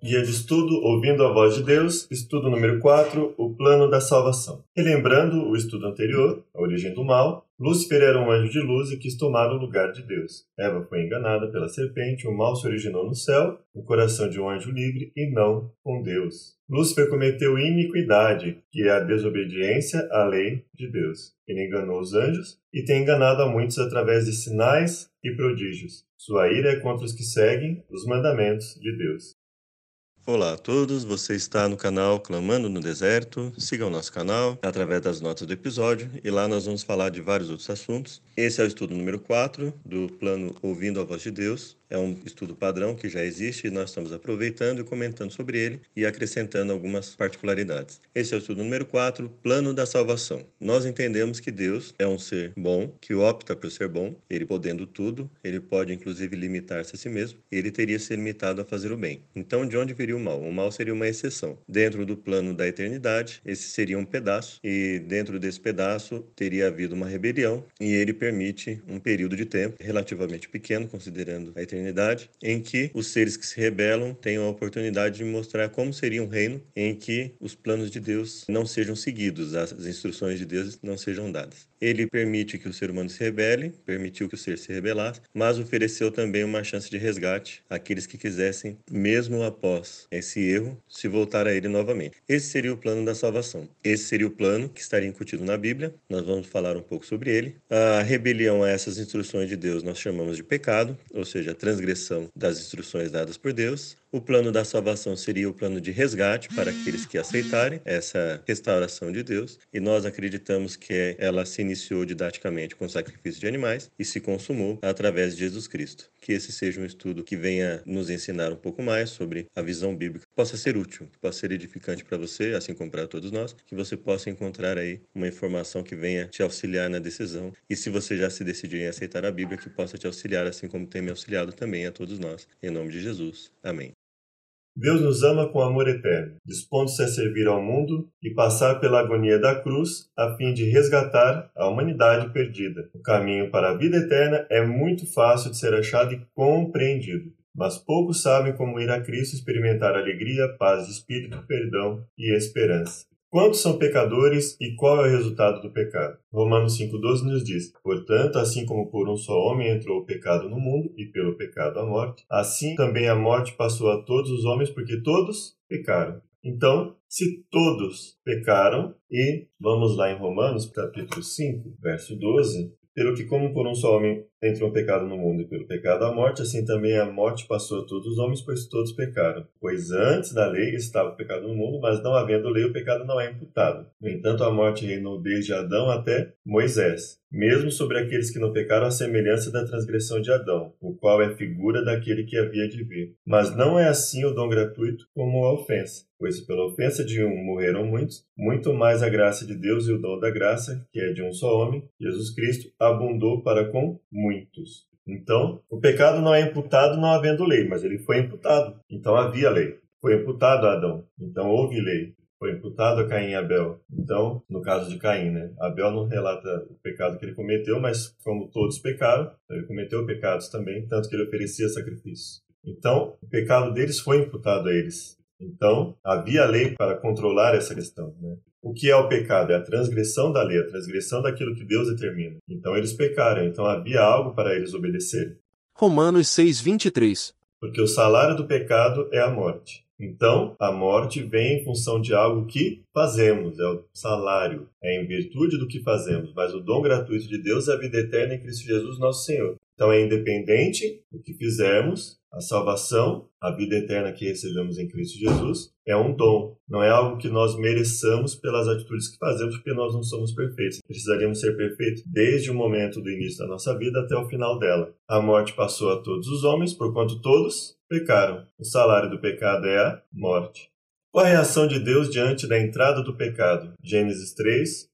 Guia de estudo Ouvindo a Voz de Deus, estudo número 4, o plano da salvação. Relembrando o estudo anterior, a origem do mal, Lúcifer era um anjo de luz e quis tomar o lugar de Deus. Eva foi enganada pela serpente, o mal se originou no céu, no coração de um anjo livre e não com Deus. Lúcifer cometeu iniquidade, que é a desobediência à lei de Deus. Ele enganou os anjos e tem enganado a muitos através de sinais e prodígios. Sua ira é contra os que seguem os mandamentos de Deus. Olá a todos, você está no canal Clamando no Deserto. Siga o nosso canal através das notas do episódio e lá nós vamos falar de vários outros assuntos. Esse é o estudo número 4 do plano Ouvindo a Voz de Deus. É um estudo padrão que já existe e nós estamos aproveitando e comentando sobre ele e acrescentando algumas particularidades. Esse é o estudo número 4, plano da salvação. Nós entendemos que Deus é um ser bom, que opta por ser bom, ele podendo tudo, ele pode inclusive limitar-se a si mesmo, e ele teria se limitado a fazer o bem. Então, de onde viria o mal? O mal seria uma exceção. Dentro do plano da eternidade, esse seria um pedaço, e dentro desse pedaço teria havido uma rebelião, e ele permite um período de tempo relativamente pequeno, considerando a eternidade, em que os seres que se rebelam tenham a oportunidade de mostrar como seria um reino em que os planos de Deus não sejam seguidos, as instruções de Deus não sejam dadas. Ele permite que o ser humano se rebele, permitiu que o ser se rebelasse, mas ofereceu também uma chance de resgate àqueles que quisessem, mesmo após esse erro, se voltar a ele novamente. Esse seria o plano da salvação. Esse seria o plano que estaria incutido na Bíblia. Nós vamos falar um pouco sobre ele. A rebelião a essas instruções de Deus nós chamamos de pecado, ou seja, a transgressão das instruções dadas por Deus. O plano da salvação seria o plano de resgate para aqueles que aceitarem essa restauração de Deus. E nós acreditamos que ela se iniciou didaticamente com o sacrifício de animais e se consumou através de Jesus Cristo. Que esse seja um estudo que venha nos ensinar um pouco mais sobre a visão bíblica, que possa ser útil, que possa ser edificante para você, assim como para todos nós, que você possa encontrar aí uma informação que venha te auxiliar na decisão. E se você já se decidiu em aceitar a Bíblia, que possa te auxiliar, assim como tem me auxiliado também a todos nós. Em nome de Jesus. Amém. Deus nos ama com amor eterno, dispondo-se a servir ao mundo e passar pela agonia da cruz a fim de resgatar a humanidade perdida. O caminho para a vida eterna é muito fácil de ser achado e compreendido, mas poucos sabem como ir a Cristo experimentar alegria, paz de espírito, perdão e esperança. Quantos são pecadores e qual é o resultado do pecado? Romanos 5,12 nos diz: Portanto, assim como por um só homem entrou o pecado no mundo, e pelo pecado a morte, assim também a morte passou a todos os homens, porque todos pecaram. Então, se todos pecaram, e vamos lá em Romanos, capítulo 5, verso 12, pelo que como por um só homem entrou o pecado no mundo e pelo pecado a morte, assim também a morte passou a todos os homens, pois todos pecaram. Pois antes da lei estava o pecado no mundo, mas não havendo lei, o pecado não é imputado. No entanto, a morte reinou desde Adão até Moisés, mesmo sobre aqueles que não pecaram, a semelhança da transgressão de Adão, o qual é figura daquele que havia de vir. Mas não é assim o dom gratuito como a ofensa. Pois se pela ofensa de um morreram muitos, muito mais a graça de Deus e o dom da graça, que é de um só homem, Jesus Cristo, abundou para com muitos. Então, o pecado não é imputado não havendo lei, mas ele foi imputado. Então havia lei. Foi imputado a Adão. Então houve lei. Foi imputado a Caim e Abel. Então, no caso de Caim, Abel não relata o pecado que ele cometeu, mas como todos pecaram, ele cometeu pecados também, tanto que ele oferecia sacrifícios. Então, o pecado deles foi imputado a eles. Então, havia lei para controlar essa questão. O que é o pecado? É a transgressão da lei, a transgressão daquilo que Deus determina. Então, eles pecaram. Então, havia algo para eles obedecerem. Romanos 6:23. Porque o salário do pecado é a morte. Então, a morte vem em função de algo que fazemos, é o salário, é em virtude do que fazemos. Mas o dom gratuito de Deus é a vida eterna em Cristo Jesus, nosso Senhor. Então, é independente do que fizermos, a salvação, a vida eterna que recebemos em Cristo Jesus, é um dom. Não é algo que nós mereçamos pelas atitudes que fazemos, porque nós não somos perfeitos. Precisaríamos ser perfeitos desde o momento do início da nossa vida até o final dela. A morte passou a todos os homens, porquanto todos pecaram. O salário do pecado é a morte. Qual a reação de Deus diante da entrada do pecado? Gênesis 3,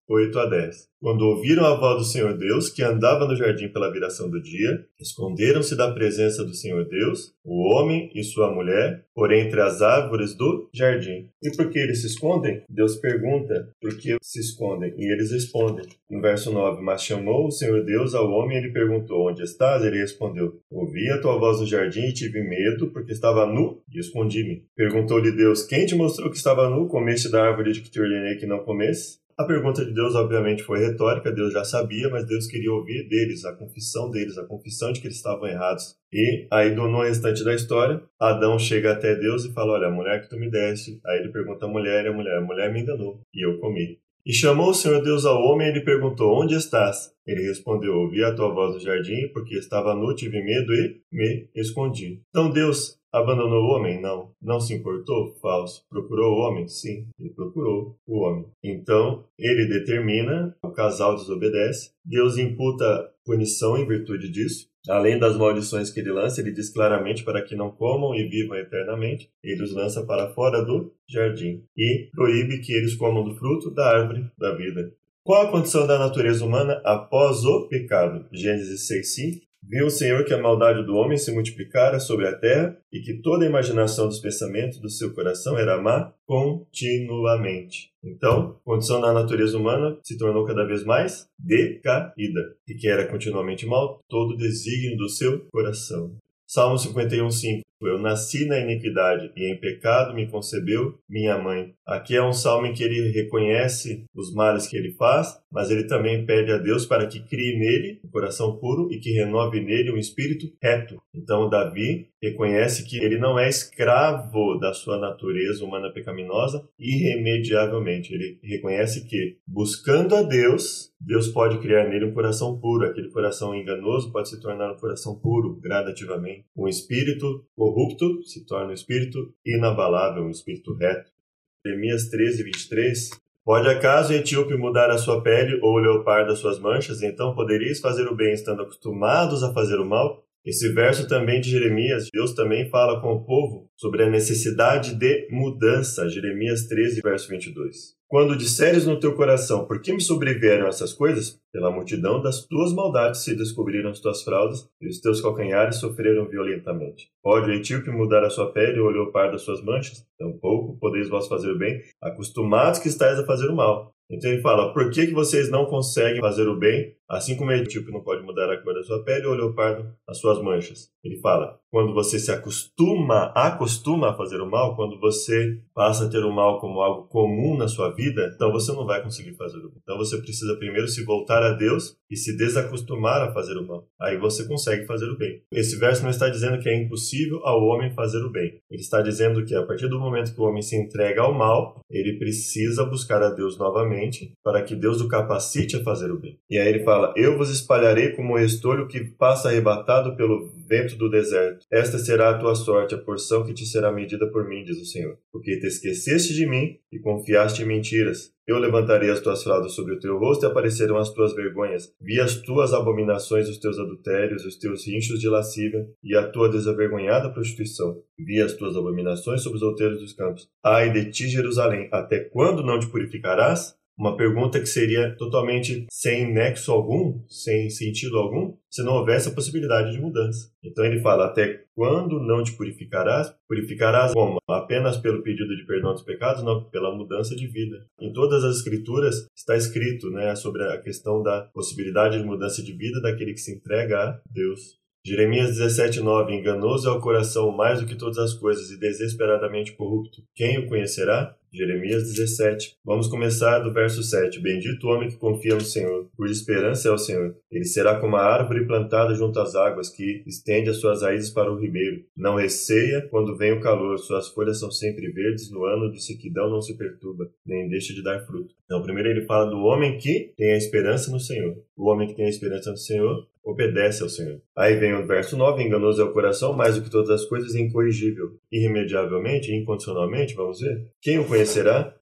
8 a 10. Quando ouviram a voz do Senhor Deus, que andava no jardim pela viração do dia, esconderam-se da presença do Senhor Deus, o homem e sua mulher, por entre as árvores do jardim. E por que eles se escondem? Deus pergunta por que se escondem, e eles respondem. No verso 9, mas chamou o Senhor Deus ao homem e lhe perguntou, onde estás? Ele respondeu, ouvi a tua voz no jardim e tive medo, porque estava nu e escondi-me. Perguntou-lhe Deus, quem te mostrou que estava nu? Comeste da árvore de que te ordenei que não comesse? A pergunta de Deus, obviamente, foi retórica, Deus já sabia, mas Deus queria ouvir deles, a confissão de que eles estavam errados. E aí, no restante da história, Adão chega até Deus e fala, olha, a mulher que tu me deste. Aí ele pergunta à mulher, e a mulher me enganou, e eu comi. E chamou o Senhor Deus ao homem e lhe perguntou, onde estás? Ele respondeu, ouvi a tua voz no jardim, porque estava nu, tive medo e me escondi. Então Deus abandonou o homem? Não. Não se importou? Falso. Procurou o homem? Sim, ele procurou o homem. Então, ele determina, o casal desobedece, Deus imputa punição em virtude disso. Além das maldições que ele lança, ele diz claramente para que não comam e vivam eternamente. Ele os lança para fora do jardim e proíbe que eles comam do fruto da árvore da vida. Qual a condição da natureza humana após o pecado? Gênesis 6:5. Viu o Senhor que a maldade do homem se multiplicara sobre a terra e que toda a imaginação dos pensamentos do seu coração era má continuamente. Então, a condição da natureza humana se tornou cada vez mais decaída e que era continuamente mal todo o desígnio do seu coração. Salmo 51:5. Eu nasci na iniquidade e em pecado me concebeu minha mãe. Aqui é um salmo em que ele reconhece os males que ele faz, mas ele também pede a Deus para que crie nele um coração puro e que renove nele um espírito reto. Então Davi reconhece que ele não é escravo da sua natureza humana pecaminosa irremediavelmente. Ele reconhece que, buscando a Deus, Deus pode criar nele um coração puro. Aquele coração enganoso pode se tornar um coração puro gradativamente. Um espírito corrupto se torna um espírito inabalável, um espírito reto. Jeremias 13:23. Pode acaso o etíope mudar a sua pele ou o leopardo as suas manchas? Então poderíeis fazer o bem estando acostumados a fazer o mal? Esse verso também de Jeremias, Deus também fala com o povo sobre a necessidade de mudança. Jeremias 13, verso 22. Quando disseres no teu coração, por que me sobrevieram essas coisas? Pela multidão das tuas maldades se descobriram as tuas fraldas e os teus calcanhares sofreram violentamente. Pode o etíope mudar a sua pele ou o leopardo as suas manchas? Tampouco podeis vós fazer o bem, acostumados que estáis a fazer o mal. Então ele fala, por que vocês não conseguem fazer o bem, assim como o etíope não pode mudar a cor da sua pele ou o leopardo as suas manchas? Ele fala, quando você se acostuma a fazer o mal, quando você passa a ter o mal como algo comum na sua vida, então você não vai conseguir fazer o bem. Então você precisa primeiro se voltar a Deus e se desacostumar a fazer o mal. Aí você consegue fazer o bem. Esse verso não está dizendo que é impossível ao homem fazer o bem. Ele está dizendo que a partir do momento que o homem se entrega ao mal, ele precisa buscar a Deus novamente para que Deus o capacite a fazer o bem. E aí ele fala, eu vos espalharei como um restolho que passa arrebatado pelo vento do deserto. Esta será a tua sorte, a porção que te será medida por mim, diz o Senhor. Porque te esqueceste de mim e confiaste em mentiras. Eu levantarei as tuas fraldas sobre o teu rosto e aparecerão as tuas vergonhas. Vi as tuas abominações, os teus adultérios, os teus rinchos de lascívia e a tua desavergonhada prostituição. Vi as tuas abominações sobre os outeiros dos campos. Ai de ti, Jerusalém, até quando não te purificarás? Uma pergunta que seria totalmente sem nexo algum, sem sentido algum, se não houvesse a possibilidade de mudança. Então ele fala, até quando não te purificarás? Purificarás como? Apenas pelo pedido de perdão dos pecados? Não, pela mudança de vida. Em todas as escrituras está escrito, sobre a questão da possibilidade de mudança de vida daquele que se entrega a Deus. Jeremias 17:9. Enganoso é o coração mais do que todas as coisas e desesperadamente corrupto. Quem o conhecerá? Jeremias 17. Vamos começar do verso 7. Bendito o homem que confia no Senhor, cuja esperança é o Senhor. Ele será como a árvore plantada junto às águas, que estende as suas raízes para o ribeiro. Não receia quando vem o calor, suas folhas são sempre verdes, no ano de sequidão não se perturba, nem deixa de dar fruto. Então, primeiro ele fala do homem que tem a esperança no Senhor. O homem que tem a esperança no Senhor obedece ao Senhor. Aí vem o verso 9, enganoso é o coração, mais do que todas as coisas, incorrigível. Irremediavelmente, incondicionalmente, vamos ver? Quem o conhecerá?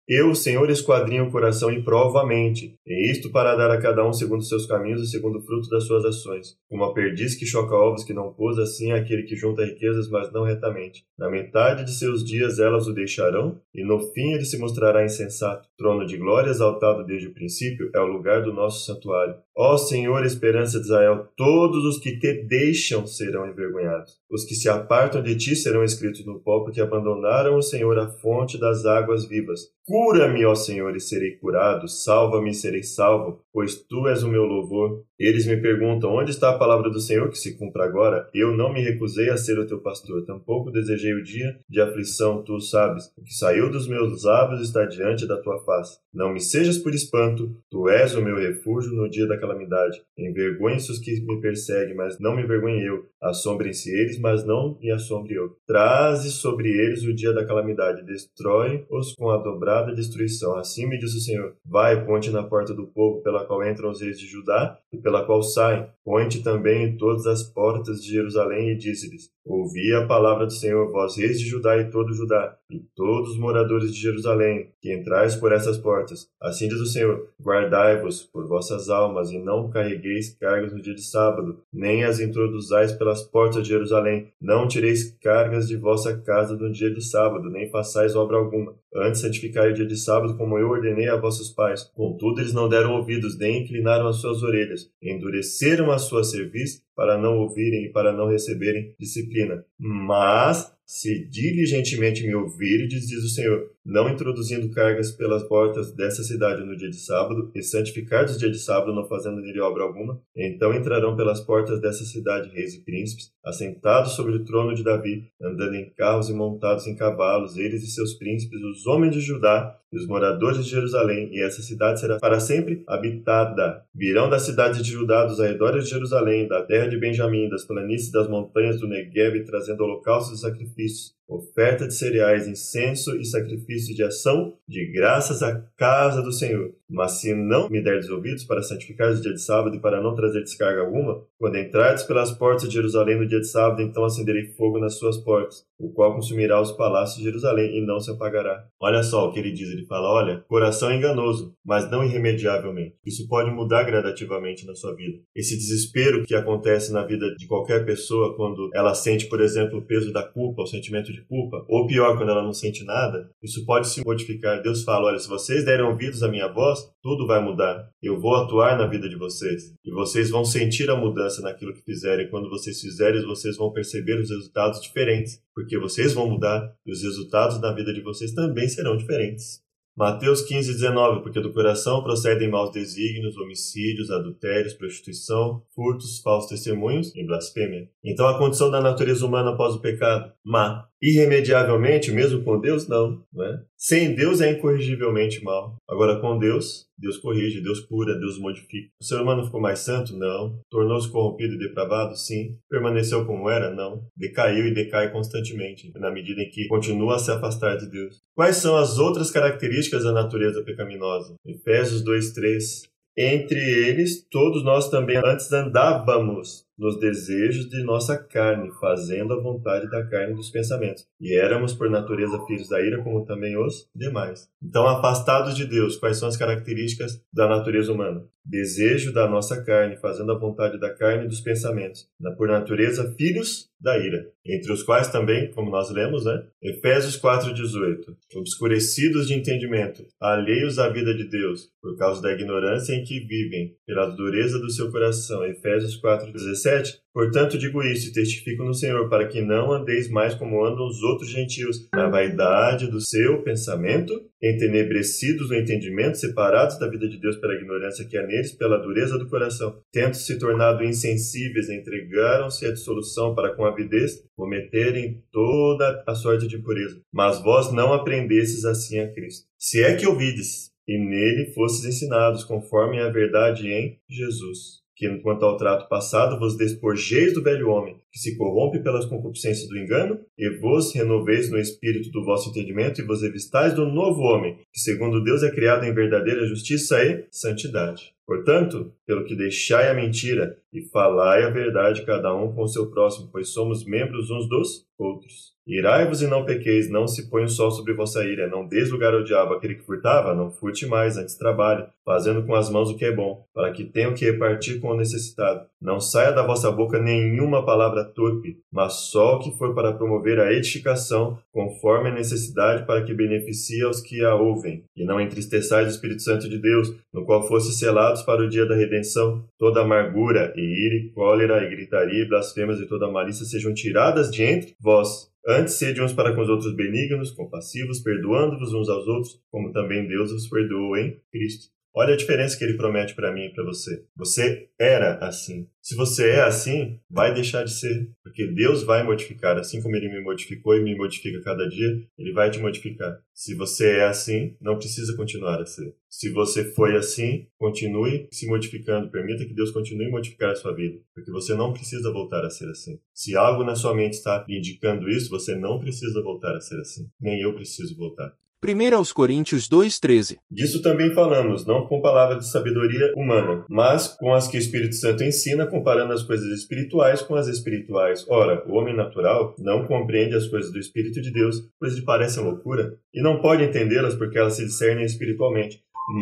Eu, o Senhor, esquadrinho o coração e provo a mente, e isto para dar a cada um segundo os seus caminhos e segundo o fruto das suas ações. Como a perdiz que choca ovos que não pôs, assim é aquele que junta riquezas, mas não retamente. Na metade de seus dias elas o deixarão, e no fim ele se mostrará insensato. Trono de glória exaltado desde o princípio é o lugar do nosso santuário. Ó Senhor, esperança de Israel, todos os que te deixam serão envergonhados. Os que se apartam de ti serão escritos no pó, porque abandonaram o Senhor, a fonte das águas vivas. Cura-me, ó Senhor, e serei curado. Salva-me e serei salvo, pois tu és o meu louvor. Eles me perguntam, onde está a palavra do Senhor que se cumpra agora? Eu não me recusei a ser o teu pastor, tampouco desejei o dia de aflição, tu o sabes. O que saiu dos meus lábios está diante da tua face. Não me sejas por espanto, tu és o meu refúgio no dia da calamidade. Envergonhe-se os que me perseguem, mas não me envergonhe eu. Assombrem-se eles, mas não me assombre eu. Traze sobre eles o dia da calamidade, destrói-os com a dobrada destruição. Assim me diz o Senhor, vai, ponte na porta do povo, pela qual entram os reis de Judá e pela qual saem. Ponte também em todas as portas de Jerusalém e dize-lhes, ouvi a palavra do Senhor, vós reis de Judá e todo Judá, e todos os moradores de Jerusalém, que entrais por essas portas. Assim diz o Senhor, guardai-vos por vossas almas, e não carregueis cargas no dia de sábado, nem as introduzais pelas portas de Jerusalém. Não tireis cargas de vossa casa no dia do sábado, nem façais obra alguma. Antes santificai o dia de sábado, como eu ordenei a vossos pais. Contudo, eles não deram ouvidos, nem inclinaram as suas orelhas. Endureceram a sua cerviz, para não ouvirem e para não receberem disciplina. Mas, se diligentemente me ouvirdes, diz o Senhor, não introduzindo cargas pelas portas dessa cidade no dia de sábado, e santificardes o dia de sábado, não fazendo nele obra alguma, então entrarão pelas portas dessa cidade reis e príncipes, assentados sobre o trono de Davi, andando em carros e montados em cavalos, eles e seus príncipes, os homens de Judá e os moradores de Jerusalém, e essa cidade será para sempre habitada. Virão das cidades de Judá, dos arredores de Jerusalém, da terra de Benjamim, das planícies das montanhas do Negueb, trazendo holocaustos e sacrifícios, oferta de cereais, incenso e sacrifício de ação, de graças à casa do Senhor. Mas se não me derdes ouvidos para santificar o dia de sábado e para não trazer descarga alguma, quando entrardes pelas portas de Jerusalém no dia de sábado, então acenderei fogo nas suas portas, o qual consumirá os palácios de Jerusalém e não se apagará. Olha só o que ele diz, ele fala, olha, coração é enganoso, mas não irremediavelmente. Isso pode mudar gradativamente na sua vida. Esse desespero que acontece na vida de qualquer pessoa quando ela sente, por exemplo, o peso da culpa, o sentimento de culpa, ou pior, quando ela não sente nada, isso pode se modificar. Deus fala, olha, se vocês derem ouvidos à minha voz, tudo vai mudar. Eu vou atuar na vida de vocês. E vocês vão sentir a mudança naquilo que fizerem. Quando vocês fizerem, vocês vão perceber os resultados diferentes. Porque vocês vão mudar e os resultados na vida de vocês também serão diferentes. Mateus 15:19, porque do coração procedem maus desígnios, homicídios, adultérios, prostituição, furtos, falsos testemunhos e blasfêmia. Então a condição da natureza humana após o pecado, má. Irremediavelmente, mesmo com Deus, não é? Sem Deus é incorrigivelmente mal. Agora com Deus, Deus corrige, Deus cura, Deus modifica. O ser humano ficou mais santo? Não. Tornou-se corrompido e depravado? Sim. Permaneceu como era? Não. Decaiu e decai constantemente, na medida em que continua a se afastar de Deus. Quais são as outras características da natureza pecaminosa? Efésios 2:3. Entre eles, todos nós também antes andávamos nos desejos de nossa carne, fazendo a vontade da carne e dos pensamentos. E éramos, por natureza, filhos da ira, como também os demais. Então, afastados de Deus, quais são as características da natureza humana? Desejo da nossa carne, fazendo a vontade da carne e dos pensamentos. Por natureza, filhos da ira. Entre os quais também, como nós lemos, Efésios 4:18. Obscurecidos de entendimento, alheios à vida de Deus, por causa da ignorância em que vivem, pela dureza do seu coração. Efésios 4:17. Portanto, digo isso e testifico no Senhor, para que não andeis mais como andam os outros gentios, na vaidade do seu pensamento, entenebrecidos no entendimento, separados da vida de Deus pela ignorância que há neles, pela dureza do coração. Tendo se tornado insensíveis, entregaram-se à dissolução para com avidez cometerem toda a sorte de impureza. Mas vós não aprendestes assim a Cristo. Se é que ouvides, e nele fostes ensinados, conforme a verdade em Jesus. Que, quanto ao trato passado, vos despojeis do velho homem, que se corrompe pelas concupiscências do engano, e vos renoveis no espírito do vosso entendimento, e vos revistais do novo homem, que segundo Deus é criado em verdadeira justiça e santidade. Portanto, pelo que deixai a mentira e falai a verdade cada um com o seu próximo, pois somos membros uns dos outros. Irai-vos e não pequeis, não se põe o sol sobre vossa ira, não deis lugar ao diabo. Aquele que furtava, não furte mais, antes trabalhe, fazendo com as mãos o que é bom, para que tenha o que repartir com o necessitado. Não saia da vossa boca nenhuma palavra torpe, mas só o que for para promover a edificação, conforme a necessidade, para que beneficie aos que a ouvem. E não entristeçais o Espírito Santo de Deus, no qual fostes selados para o dia da redenção. Toda amargura, e ira, e cólera, e gritaria, e blasfemas, e toda malícia sejam tiradas de entre vós. Antes, sede uns para com os outros benignos, compassivos, perdoando-vos uns aos outros, como também Deus vos perdoou em Cristo. Olha a diferença que ele promete para mim e para você. Você era assim. Se você é assim, vai deixar de ser. Porque Deus vai modificar. Assim como ele me modificou e me modifica cada dia, ele vai te modificar. Se você é assim, não precisa continuar a ser. Se você foi assim, continue se modificando. Permita que Deus continue a modificar a sua vida. Porque você não precisa voltar a ser assim. Se algo na sua mente está lhe indicando isso, você não precisa voltar a ser assim. Nem eu preciso voltar. 1 Coríntios 2:13. Disso também falamos, não com palavras de sabedoria humana, mas com as que o Espírito Santo ensina, comparando as coisas espirituais com as espirituais. Ora, o homem natural não compreende as coisas do Espírito de Deus, pois lhe parecem loucura, e não pode entendê-las porque elas se discernem espiritualmente.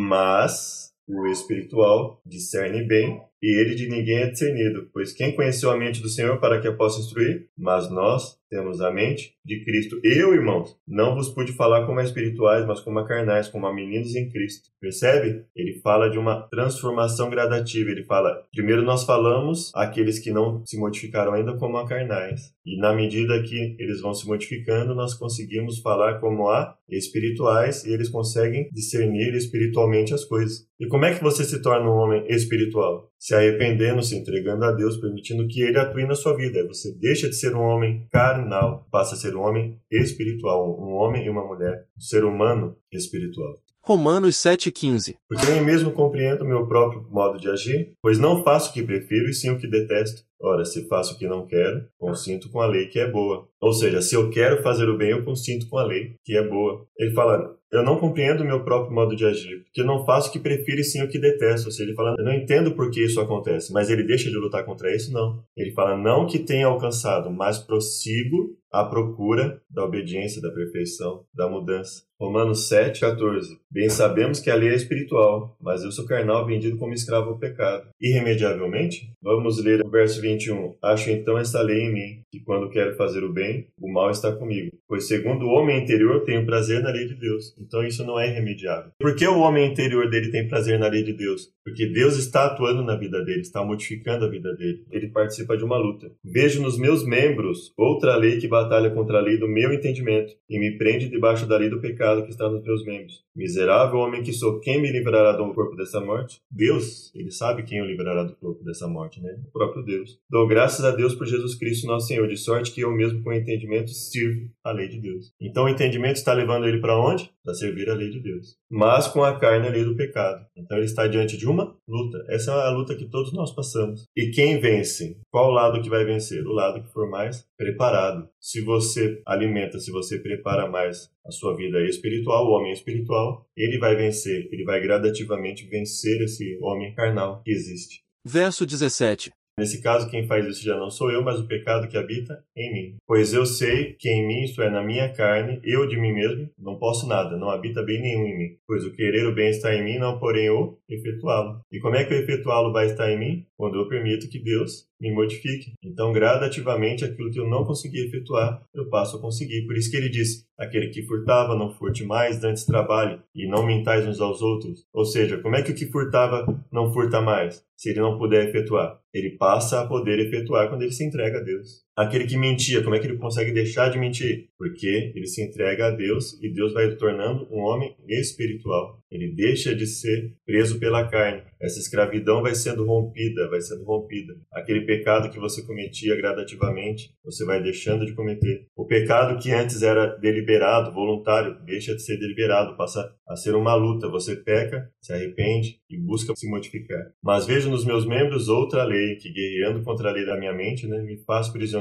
Mas o espiritual discerne bem, e ele de ninguém é discernido, pois quem conheceu a mente do Senhor para que a possa instruir? Mas nós temos a mente de Cristo. Eu, irmãos, não vos pude falar como a espirituais, mas como a carnais, como a meninos em Cristo. Percebe? Ele fala de uma transformação gradativa. Ele fala, primeiro nós falamos aqueles que não se modificaram ainda como a carnais. E na medida que eles vão se modificando, nós conseguimos falar como a espirituais, e eles conseguem discernir espiritualmente as coisas. E como é que você se torna um homem espiritual? Se arrependendo, se entregando a Deus, permitindo que Ele atue na sua vida. Você deixa de ser um homem carnal, passa a ser um homem espiritual, um homem e uma mulher, um ser humano espiritual. Romanos 7:15. Porque nem mesmo compreendo o meu próprio modo de agir, pois não faço o que prefiro e sim o que detesto. Ora, se faço o que não quero, consinto com a lei que é boa. Ou seja, se eu quero fazer o bem, eu consinto com a lei que é boa. Ele fala, eu não compreendo o meu próprio modo de agir, porque não faço o que prefiro e sim o que detesto. Ou seja, ele fala, eu não entendo por que isso acontece, mas ele deixa de lutar contra isso? Não. Ele fala, não que tenha alcançado, mas prossigo à procura da obediência, da perfeição, da mudança. Romanos 7:14. Bem sabemos que a lei é espiritual, mas eu sou carnal, vendido como escravo ao pecado. Irremediavelmente? Vamos ler o verso 21. Acho então esta lei em mim, que quando quero fazer o bem, o mal está comigo. Pois segundo o homem interior tenho prazer na lei de Deus. Então isso não é irremediável. Por que o homem interior dele tem prazer na lei de Deus? Porque Deus está atuando na vida dele, está modificando a vida dele. Ele participa de uma luta. Vejo nos meus membros outra lei que batalha contra a lei do meu entendimento e me prende debaixo da lei do pecado que está nos meus membros. Miserável homem que sou, quem me livrará do corpo dessa morte? Deus, ele sabe quem o livrará do corpo dessa morte, né? O próprio Deus. Dou graças a Deus por Jesus Cristo, nosso Senhor, de sorte que eu mesmo com entendimento sirvo a lei de Deus. Então o entendimento está levando ele para onde? Para servir a lei de Deus. Mas com a carne a lei do pecado. Então ele está diante de uma luta. Essa é a luta que todos nós passamos. E quem vence? Qual lado que vai vencer? O lado que for mais preparado. Se você alimenta, se você prepara mais a sua vida espiritual, o homem espiritual, ele vai vencer, ele vai gradativamente vencer esse homem carnal que existe. Verso 17. Nesse caso, quem faz isso já não sou eu, mas o pecado que habita em mim. Pois eu sei que em mim, isto é, na minha carne, eu de mim mesmo, não posso nada, não habita bem nenhum em mim. Pois o querer o bem está em mim, não porém o efetuá-lo. E como é que o efetuá-lo vai estar em mim? Quando eu permito que Deus me modifique. Então, gradativamente, aquilo que eu não consegui efetuar, eu passo a conseguir. Por isso que ele diz, aquele que furtava, não furte mais, antes trabalhe, e não mintais uns aos outros. Ou seja, como é que o que furtava não furta mais, se ele não puder efetuar? Ele passa a poder efetuar quando ele se entrega a Deus. Aquele que mentia, como é que ele consegue deixar de mentir? Porque ele se entrega a Deus e Deus vai o tornando um homem espiritual. Ele deixa de ser preso pela carne. Essa escravidão vai sendo rompida, vai sendo rompida. Aquele pecado que você cometia gradativamente, você vai deixando de cometer. O pecado que antes era deliberado, voluntário, deixa de ser deliberado, passa a ser uma luta. Você peca, se arrepende e busca se modificar. Mas vejo nos meus membros outra lei, que guerreando contra a lei da minha mente, me faz prisioneiro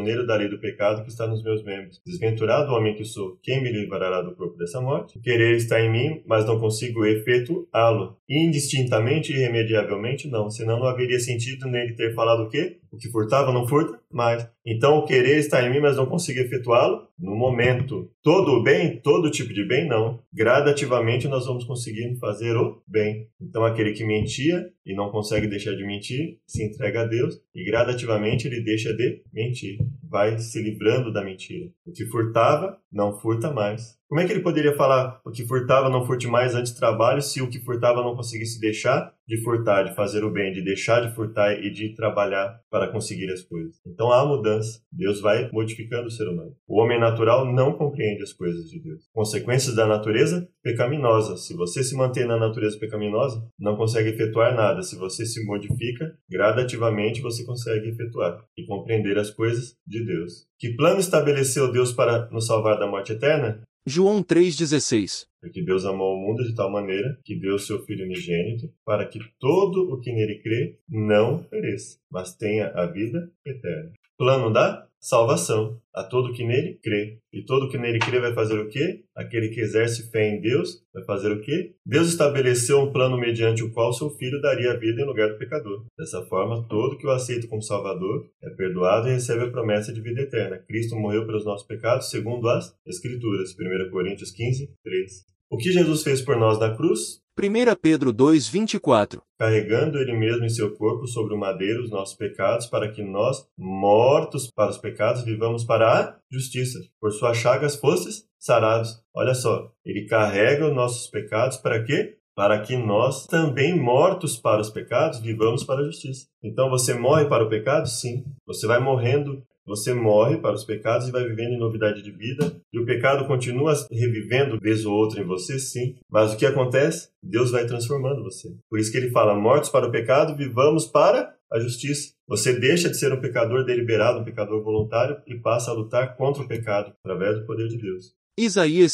prisioneiro da lei do pecado que está nos meus membros. Desventurado homem que sou, quem me livrará do corpo dessa morte? O querer está em mim, mas não consigo efetuá-lo. Indistintamente e irremediavelmente não, senão não haveria sentido nele ter falado o quê? O que furtava não furta mais. Então o querer está em mim, mas não consigo efetuá-lo? No momento. Todo o bem? Todo tipo de bem? Não. Gradativamente nós vamos conseguir fazer o bem. Então aquele que mentia e não consegue deixar de mentir, se entrega a Deus e gradativamente ele deixa de mentir. Vai se livrando da mentira. O que furtava, não furta mais. Como é que ele poderia falar o que furtava, não furte mais antes do trabalho, se o que furtava não conseguisse deixar de furtar, de fazer o bem, de deixar de furtar e de trabalhar para conseguir as coisas? Então há mudança. Deus vai modificando o ser humano. O homem natural não compreende as coisas de Deus. Consequências da natureza pecaminosa. Se você se mantém na natureza pecaminosa, não consegue efetuar nada. Se você se modifica, gradativamente você consegue efetuar e compreender as coisas de Deus. Que plano estabeleceu Deus para nos salvar da morte eterna? João 3,16. Porque Deus amou o mundo de tal maneira que deu seu Filho unigênito para que todo o que nele crê não pereça, mas tenha a vida eterna. Plano da salvação a todo que nele crê. E todo que nele crê vai fazer o quê? Aquele que exerce fé em Deus vai fazer o quê? Deus estabeleceu um plano mediante o qual seu Filho daria a vida em lugar do pecador. Dessa forma, todo que o aceita como Salvador é perdoado e recebe a promessa de vida eterna. Cristo morreu pelos nossos pecados segundo as Escrituras. 1 Coríntios 15, 3. O que Jesus fez por nós na cruz? 1 Pedro 2,24. Carregando ele mesmo em seu corpo sobre o madeiro os nossos pecados, para que nós, mortos para os pecados, vivamos para a justiça. Por suas chagas fostes sarados. Olha só, ele carrega os nossos pecados para quê? Para que nós, também mortos para os pecados, vivamos para a justiça. Então você morre para o pecado? Sim. Você vai morrendo. Você morre para os pecados e vai vivendo em novidade de vida. E o pecado continua revivendo vez ou outra em você, sim. Mas o que acontece? Deus vai transformando você. Por isso que ele fala, mortos para o pecado, vivamos para a justiça. Você deixa de ser um pecador deliberado, um pecador voluntário, e passa a lutar contra o pecado, através do poder de Deus. Isaías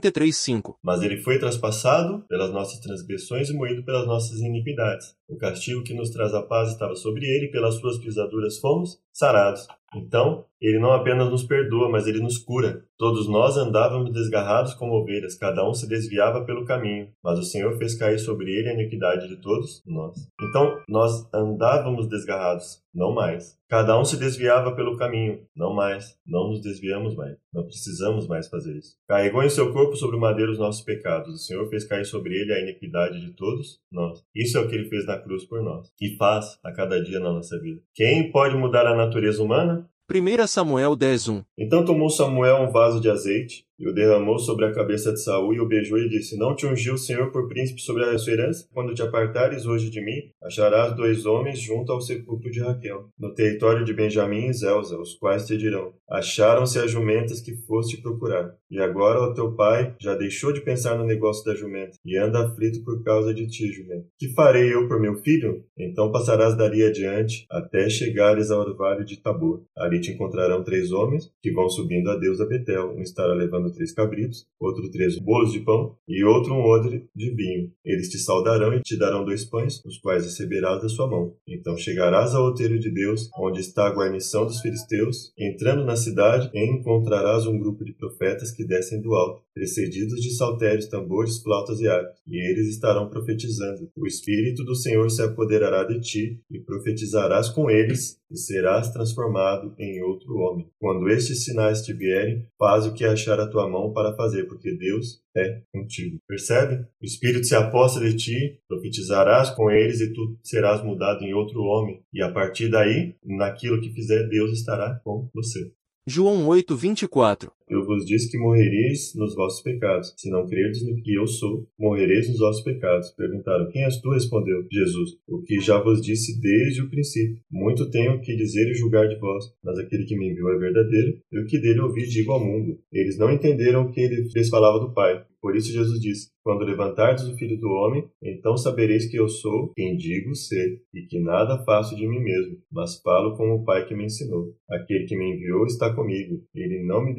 53,5. Mas ele foi traspassado pelas nossas transgressões e moído pelas nossas iniquidades. O castigo que nos traz a paz estava sobre ele, e pelas suas pisaduras fomos sarados. Então, ele não apenas nos perdoa, mas ele nos cura. Todos nós andávamos desgarrados como ovelhas, cada um se desviava pelo caminho, mas o Senhor fez cair sobre ele a iniquidade de todos nós. Então, nós andávamos desgarrados, não mais. Cada um se desviava pelo caminho, não mais. Não nos desviamos mais. Não precisamos mais fazer isso. Carregou em seu corpo sobre o madeiro os nossos pecados. O Senhor fez cair sobre ele a iniquidade de todos nós. Isso é o que ele fez na cruz por nós, e faz a cada dia na nossa vida. Quem pode mudar a natureza humana? 1 Samuel 10:1. Então tomou Samuel um vaso de azeite e o derramou sobre a cabeça de Saul e o beijou e disse, não te ungiu o Senhor por príncipe sobre a sua herança? Quando te apartares hoje de mim, acharás 2 homens junto ao sepulcro de Raquel, no território de Benjamim e Zelza, os quais te dirão, acharam-se as jumentas que foste procurar. E agora o teu pai já deixou de pensar no negócio da jumenta e anda aflito por causa de ti, jumenta. Que farei eu por meu filho? Então passarás dali adiante até chegares ao orvalho de Tabor. Ali te encontrarão 3 homens que vão subindo a Deus a Betel. Um estará levando 3 cabritos, outro 3 bolos de pão e outro um odre de vinho. Eles te saudarão e te darão 2 pães, os quais receberás da sua mão. Então chegarás ao outeiro de Deus, onde está a guarnição dos filisteus. Entrando na cidade, encontrarás um grupo de profetas que descem do alto, precedidos de saltérios, tambores, flautas e harpas. E eles estarão profetizando. O Espírito do Senhor se apoderará de ti, e profetizarás com eles, e serás transformado em outro homem. Quando estes sinais te vierem, faz o que achar a tua mão para fazer, porque Deus é contigo. Percebe? O Espírito se aposta de ti, profetizarás com eles e tu serás mudado em outro homem. E a partir daí, naquilo que fizer, Deus estará com você. João 8:24. Eu vos disse que morreríeis nos vossos pecados. Se não crerdes no que eu sou, morrereis nos vossos pecados. Perguntaram, quem és tu? Respondeu Jesus, o que já vos disse desde o princípio. Muito tenho que dizer e julgar de vós, mas aquele que me enviou é verdadeiro, e o que dele ouvi digo ao mundo. Eles não entenderam o que ele lhes falava do Pai. Por isso Jesus disse, quando levantardes o Filho do Homem, então sabereis que eu sou quem digo ser, e que nada faço de mim mesmo, mas falo como o Pai que me ensinou. Aquele que me enviou está comigo, ele não me deixou só,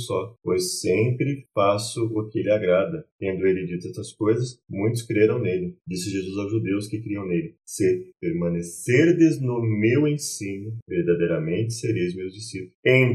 só, pois sempre faço o que lhe agrada. Tendo ele dito estas coisas, muitos creram nele. Disse Jesus aos judeus que criam nele: se permanecerdes no meu ensino, verdadeiramente sereis meus discípulos.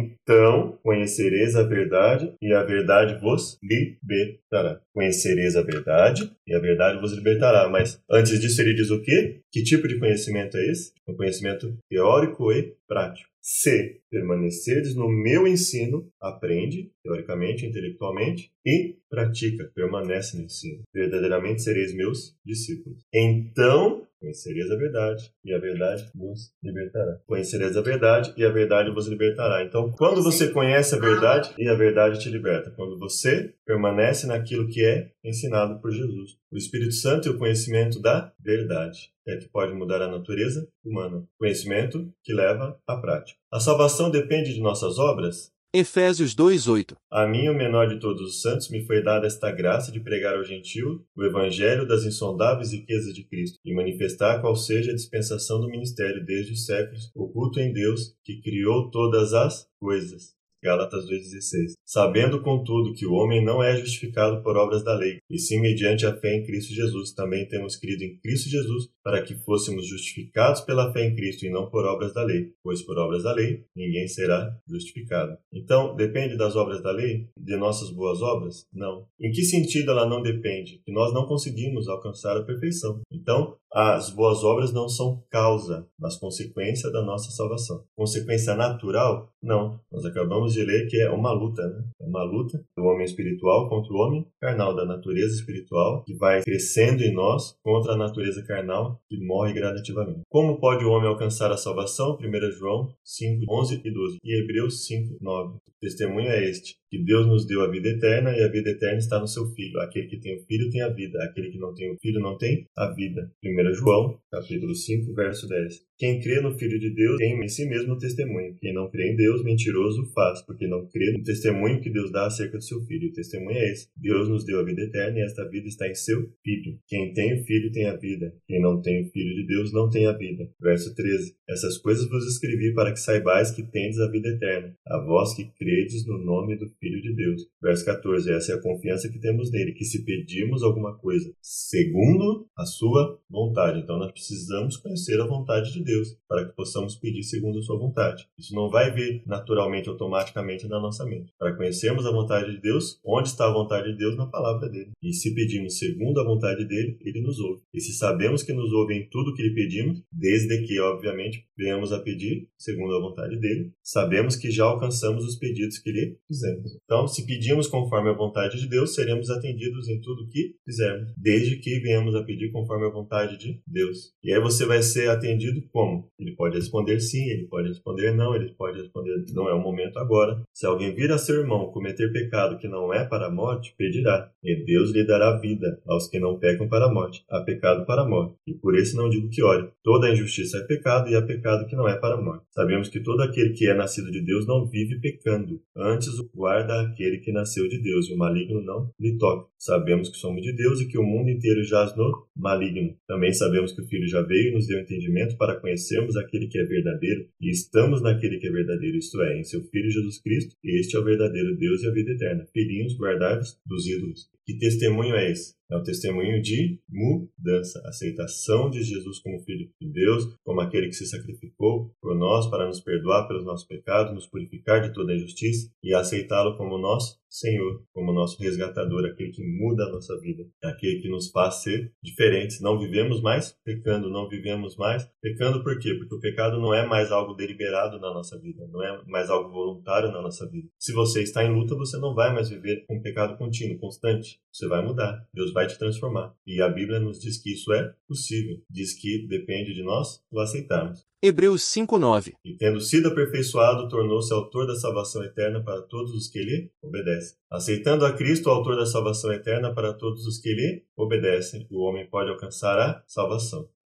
Então conhecereis a verdade, e a verdade vos libertará. Conhecereis a verdade, e a verdade vos libertará. Mas antes disso ele diz o quê? Que tipo de conhecimento é esse? Um conhecimento teórico e prático. Se permanecerdes no meu ensino, aprende, teoricamente, intelectualmente, e pratica, permanece no ensino. Verdadeiramente sereis meus discípulos. Então conhecereis a verdade, e a verdade vos libertará. Conhecereis a verdade, e a verdade vos libertará. Então, quando você conhece a verdade, e a verdade te liberta. Quando você permanece naquilo que é ensinado por Jesus. O Espírito Santo e o conhecimento da verdade é que pode mudar a natureza humana. Conhecimento que leva à prática. A salvação depende de nossas obras? Efésios 2:8. A mim, o menor de todos os santos, me foi dada esta graça de pregar ao gentio o evangelho das insondáveis riquezas de Cristo e manifestar qual seja a dispensação do ministério desde os séculos, oculto em Deus, que criou todas as coisas. Gálatas 2,16. Sabendo, contudo, que o homem não é justificado por obras da lei, e sim mediante a fé em Cristo Jesus. Também temos crido em Cristo Jesus, para que fôssemos justificados pela fé em Cristo e não por obras da lei, pois por obras da lei ninguém será justificado. Então, depende das obras da lei? De nossas boas obras? Não. Em que sentido ela não depende? Que nós não conseguimos alcançar a perfeição. Então, as boas obras não são causa, mas consequência da nossa salvação. Consequência natural? Não. Nós acabamos de ler que é uma luta, né? É uma luta do homem espiritual contra o homem carnal, da natureza espiritual, que vai crescendo em nós contra a natureza carnal, que morre gradativamente. Como pode o homem alcançar a salvação? 1 João 5, 11 e 12. E Hebreus 5, 9. O testemunho é este: que Deus nos deu a vida eterna, e a vida eterna está no seu Filho. Aquele que tem o Filho tem a vida. Aquele que não tem o Filho não tem a vida. 1 João, capítulo 5, verso 10. Quem crê no Filho de Deus tem em si mesmo o testemunho. Quem não crê em Deus, mentiroso faz, porque não crê no testemunho que Deus dá acerca do seu Filho. O testemunho é esse: Deus nos deu a vida eterna, e esta vida está em seu Filho. Quem tem o Filho tem a vida. Quem não tem o Filho de Deus não tem a vida. Verso 13. Essas coisas vos escrevi para que saibais que tendes a vida eterna, a vós que credes no nome do Filho de Deus. Verso 14. Essa é a confiança que temos nele, que se pedirmos alguma coisa segundo a sua vontade. Então nós precisamos conhecer a vontade de Deus para que possamos pedir segundo a sua vontade. Isso não vai vir naturalmente, automaticamente na nossa mente. Para conhecermos a vontade de Deus, onde está a vontade de Deus? Na palavra dele. E se pedimos segundo a vontade dele, ele nos ouve. E se sabemos que nos ouve em tudo que lhe pedimos, desde que, obviamente, venhamos a pedir segundo a vontade dele, sabemos que já alcançamos os pedidos que lhe fizemos. Então, se pedimos conforme a vontade de Deus, seremos atendidos em tudo que fizermos, desde que venhamos a pedir conforme a vontade de Deus. E aí você vai ser atendido como? Ele pode responder sim, ele pode responder não, ele pode responder não é o momento agora. Se alguém vir a seu irmão cometer pecado que não é para a morte, pedirá, e Deus lhe dará vida aos que não pecam para a morte. Há pecado para a morte, e por isso não digo que ore. Toda injustiça é pecado, e há pecado que não é para a morte. Sabemos que todo aquele que é nascido de Deus não vive pecando, antes o guarda aquele que nasceu de Deus, e o maligno não lhe toca. Sabemos que somos de Deus e que o mundo inteiro jaz no maligno. Também sabemos que o Filho já veio e nos deu entendimento para conhecermos aquele que é verdadeiro, e estamos naquele que é verdadeiro, isto é, em seu Filho Jesus Cristo. Este é o verdadeiro Deus e a vida eterna. Filhinhos guardados dos ídolos. Que testemunho é esse? É o testemunho de mudança, aceitação de Jesus como Filho de Deus, como aquele que se sacrificou por nós para nos perdoar pelos nossos pecados, nos purificar de toda injustiça e aceitá-lo como nosso Senhor, como nosso resgatador, aquele que muda a nossa vida, aquele que nos faz ser diferentes. Não vivemos mais pecando, não vivemos mais pecando por quê? Porque o pecado não é mais algo deliberado na nossa vida, não é mais algo voluntário na nossa vida. Se você está em luta, você não vai mais viver com pecado contínuo, constante. Você vai mudar, Deus vai te transformar. E a Bíblia nos diz que isso é possível, diz que depende de nós o aceitarmos. Hebreus 5:9. E tendo sido aperfeiçoado, tornou-se autor da salvação eterna para todos os que lhe obedecem. Aceitando a Cristo, autor da salvação eterna para todos os que lhe obedecem, o homem pode alcançar a salvação.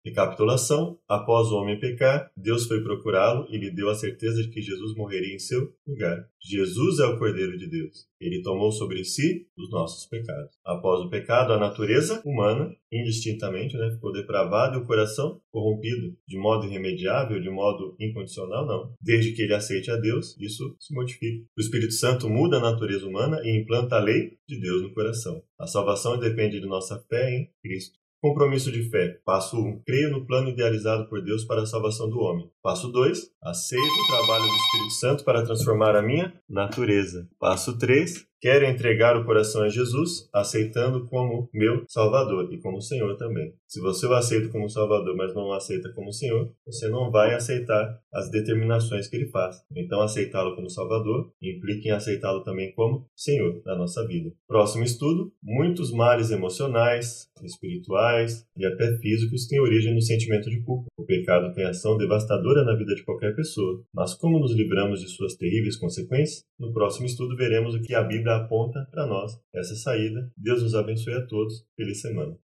Recapitulação: após o homem pecar, Deus foi procurá-lo e lhe deu a certeza de que Jesus morreria em seu lugar. Jesus é o Cordeiro de Deus. Ele tomou sobre si os nossos pecados. Após o pecado, a natureza humana, indistintamente, ficou depravada e o coração corrompido de modo irremediável, de modo incondicional, não. Desde que ele aceite a Deus, isso se modifica. O Espírito Santo muda a natureza humana e implanta a lei de Deus no coração. A salvação depende de nossa fé em Cristo. Compromisso de fé. Passo 1. Creio no plano idealizado por Deus para a salvação do homem. Passo 2. Aceito o trabalho do Espírito Santo para transformar a minha natureza. Passo 3. Quero entregar o coração a Jesus, aceitando como meu Salvador e como Senhor também. Se você o aceita como Salvador, mas não o aceita como Senhor, você não vai aceitar as determinações que ele faz. Então, aceitá-lo como Salvador implica em aceitá-lo também como Senhor da nossa vida. Próximo estudo: muitos males emocionais, espirituais e até físicos têm origem no sentimento de culpa. O pecado tem ação devastadora na vida de qualquer pessoa, mas como nos livramos de suas terríveis consequências? No próximo estudo veremos o que a Bíblia aponta para nós essa saída. Deus nos abençoe a todos. Feliz semana.